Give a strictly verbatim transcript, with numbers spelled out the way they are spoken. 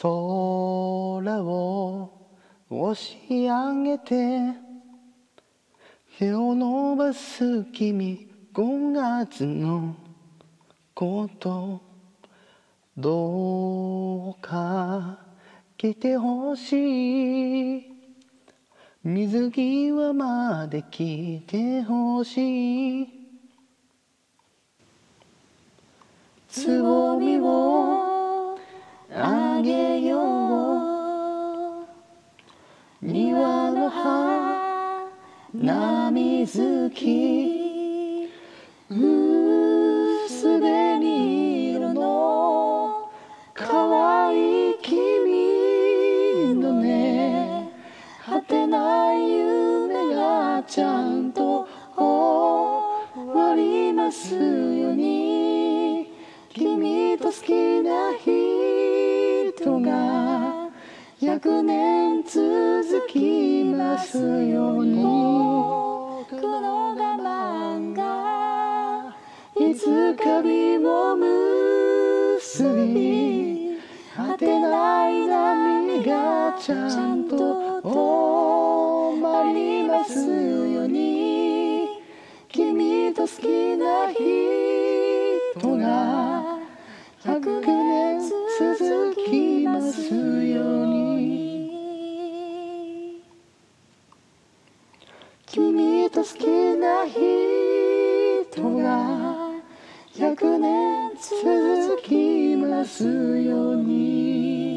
空を押し上げて手を伸ばす君、ごがつのことどうか来てほしい、水際まで来てほしい、つぼみをあげよう、庭の花水木、薄紅色の可愛い君のね、果てない夢がちゃんと終わりますように、君と好きな人が百年続きますように、僕の我慢がいつか実を結び、果てない波がちゃんと止まりますように、君と好きな人が百年続きますように、君と好きな人が百年続きますように。